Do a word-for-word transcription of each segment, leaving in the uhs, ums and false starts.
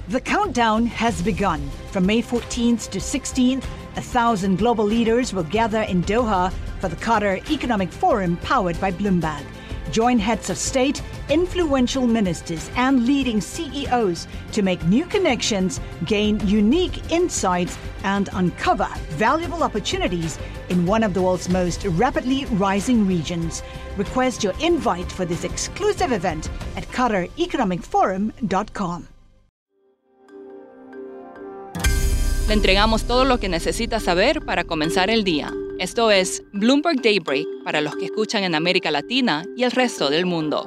The countdown has begun. From May fourteenth to sixteenth, a thousand global leaders will gather in Doha for the Qatar Economic Forum powered by Bloomberg. Join heads of state, influential ministers, and leading C E Os to make new connections, gain unique insights, and uncover valuable opportunities in one of the world's most rapidly rising regions. Request your invite for this exclusive event at qatar economic forum dot com. Le entregamos todo lo que necesita saber para comenzar el día. Esto es Bloomberg Daybreak para los que escuchan en América Latina y el resto del mundo.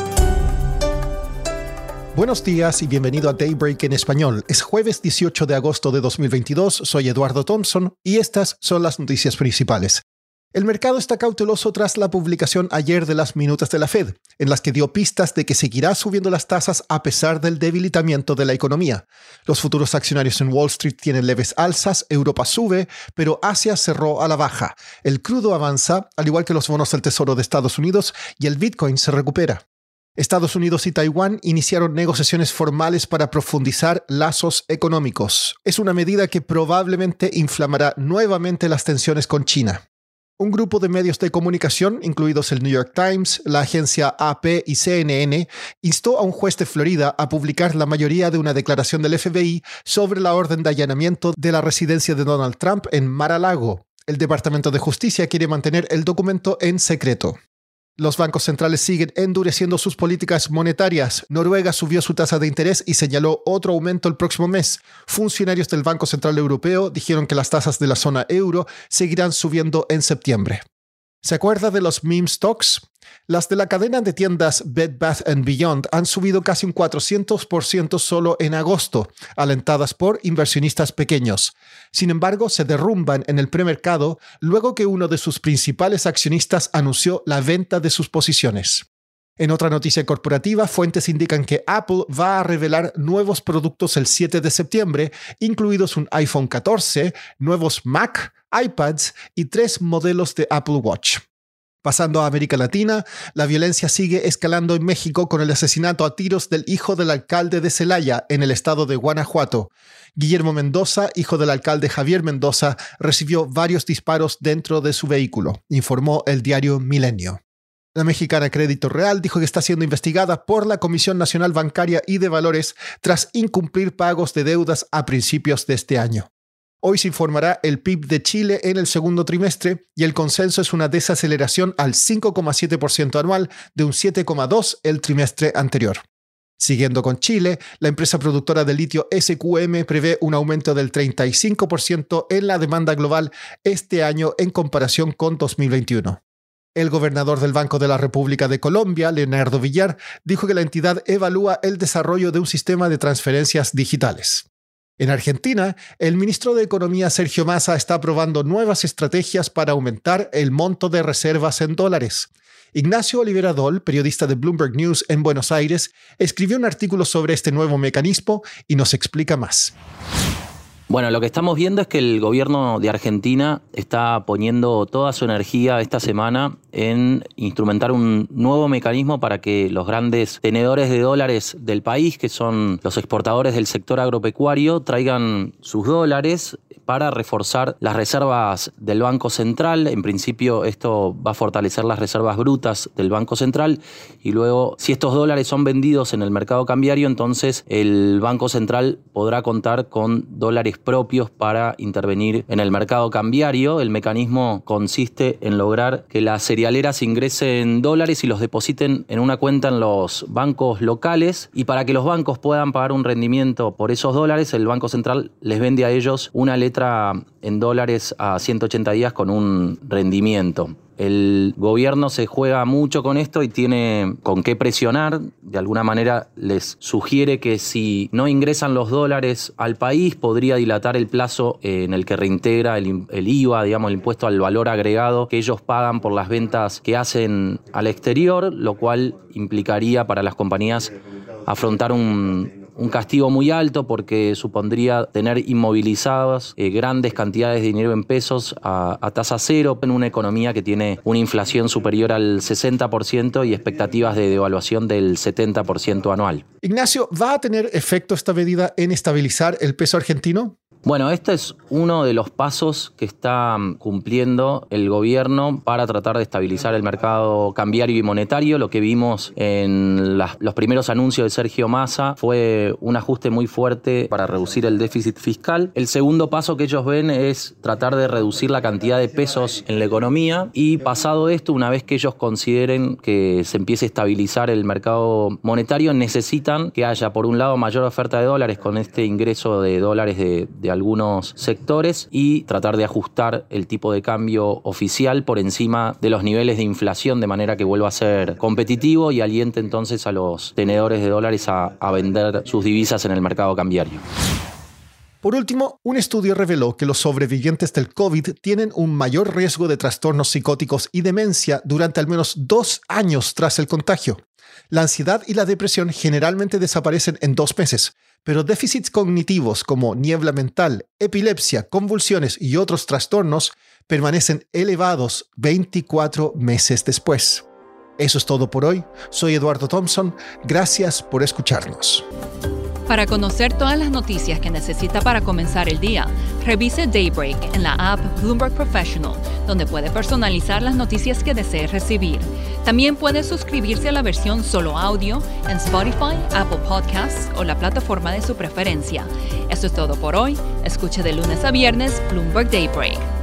Buenos días y bienvenido a Daybreak en español. Es jueves dieciocho de agosto de dos mil veintidós, soy Eduardo Thompson y estas son las noticias principales. El mercado está cauteloso tras la publicación ayer de las minutas de la Fed, en las que dio pistas de que seguirá subiendo las tasas a pesar del debilitamiento de la economía. Los futuros accionarios en Wall Street tienen leves alzas, Europa sube, pero Asia cerró a la baja. El crudo avanza, al igual que los bonos del Tesoro de Estados Unidos, y el Bitcoin se recupera. Estados Unidos y Taiwán iniciaron negociaciones formales para profundizar lazos económicos. Es una medida que probablemente inflamará nuevamente las tensiones con China. Un grupo de medios de comunicación, incluidos el New York Times, la agencia A P y C N N, instó a un juez de Florida a publicar la mayoría de una declaración del F B I sobre la orden de allanamiento de la residencia de Donald Trump en Mar-a-Lago. El Departamento de Justicia quiere mantener el documento en secreto. Los bancos centrales siguen endureciendo sus políticas monetarias. Noruega subió su tasa de interés y señaló otro aumento el próximo mes. Funcionarios del Banco Central Europeo dijeron que las tasas de la zona euro seguirán subiendo en septiembre. ¿Se acuerda de los meme stocks? Las de la cadena de tiendas Bed Bath and Beyond han subido casi un cuatrocientos por ciento solo en agosto, alentadas por inversionistas pequeños. Sin embargo, se derrumban en el premercado luego que uno de sus principales accionistas anunció la venta de sus posiciones. En otra noticia corporativa, fuentes indican que Apple va a revelar nuevos productos el siete de septiembre, incluidos un iPhone catorce, nuevos Mac, iPads y tres modelos de Apple Watch. Pasando a América Latina, la violencia sigue escalando en México con el asesinato a tiros del hijo del alcalde de Celaya, en el estado de Guanajuato. Guillermo Mendoza, hijo del alcalde Javier Mendoza, recibió varios disparos dentro de su vehículo, informó el diario Milenio. La mexicana Crédito Real dijo que está siendo investigada por la Comisión Nacional Bancaria y de Valores tras incumplir pagos de deudas a principios de este año. Hoy se informará el P I B de Chile en el segundo trimestre y el consenso es una desaceleración al cinco coma siete por ciento anual de un siete coma dos por ciento el trimestre anterior. Siguiendo con Chile, la empresa productora de litio S Q M prevé un aumento del treinta y cinco por ciento en la demanda global este año en comparación con dos mil veintiuno. El gobernador del Banco de la República de Colombia, Leonardo Villar, dijo que la entidad evalúa el desarrollo de un sistema de transferencias digitales. En Argentina, el ministro de Economía Sergio Massa está probando nuevas estrategias para aumentar el monto de reservas en dólares. Ignacio Olivera Dol, periodista de Bloomberg News en Buenos Aires, escribió un artículo sobre este nuevo mecanismo y nos explica más. Bueno, lo que estamos viendo es que el gobierno de Argentina está poniendo toda su energía esta semana en instrumentar un nuevo mecanismo para que los grandes tenedores de dólares del país, que son los exportadores del sector agropecuario, traigan sus dólares para reforzar las reservas del Banco Central. En principio, esto va a fortalecer las reservas brutas del Banco Central y luego, si estos dólares son vendidos en el mercado cambiario, entonces el Banco Central podrá contar con dólares propios para intervenir en el mercado cambiario. El mecanismo consiste en lograr que las cerealeras ingresen dólares y los depositen en una cuenta en los bancos locales, y para que los bancos puedan pagar un rendimiento por esos dólares, el Banco Central les vende a ellos una letra en dólares a ciento ochenta días con un rendimiento. El gobierno se juega mucho con esto y tiene con qué presionar. De alguna manera les sugiere que si no ingresan los dólares al país, podría dilatar el plazo en el que reintegra el, el I V A, digamos, el impuesto al valor agregado que ellos pagan por las ventas que hacen al exterior, lo cual implicaría para las compañías afrontar un un castigo muy alto porque supondría tener inmovilizadas eh, grandes cantidades de dinero en pesos a, a tasa cero en una economía que tiene una inflación superior al sesenta por ciento y expectativas de devaluación del setenta por ciento anual. Ignacio, ¿va a tener efecto esta medida en estabilizar el peso argentino? Bueno, este es uno de los pasos que está cumpliendo el gobierno para tratar de estabilizar el mercado cambiario y monetario. Lo que vimos en las, los primeros anuncios de Sergio Massa fue un ajuste muy fuerte para reducir el déficit fiscal. El segundo paso que ellos ven es tratar de reducir la cantidad de pesos en la economía y pasado esto, una vez que ellos consideren que se empiece a estabilizar el mercado monetario, necesitan que haya, por un lado, mayor oferta de dólares con este ingreso de dólares de, de algunos sectores y tratar de ajustar el tipo de cambio oficial por encima de los niveles de inflación de manera que vuelva a ser competitivo y aliente entonces a los tenedores de dólares a, a vender sus divisas en el mercado cambiario. Por último, un estudio reveló que los sobrevivientes del COVID tienen un mayor riesgo de trastornos psicóticos y demencia durante al menos dos años tras el contagio. La ansiedad y la depresión generalmente desaparecen en dos meses, pero déficits cognitivos como niebla mental, epilepsia, convulsiones y otros trastornos permanecen elevados veinticuatro meses después. Eso es todo por hoy. Soy Eduardo Thompson. Gracias por escucharnos. Para conocer todas las noticias que necesita para comenzar el día, revise Daybreak en la app Bloomberg Professional, donde puede personalizar las noticias que desee recibir. También puede suscribirse a la versión solo audio en Spotify, Apple Podcasts o la plataforma de su preferencia. Eso es todo por hoy. Escuche de lunes a viernes Bloomberg Daybreak.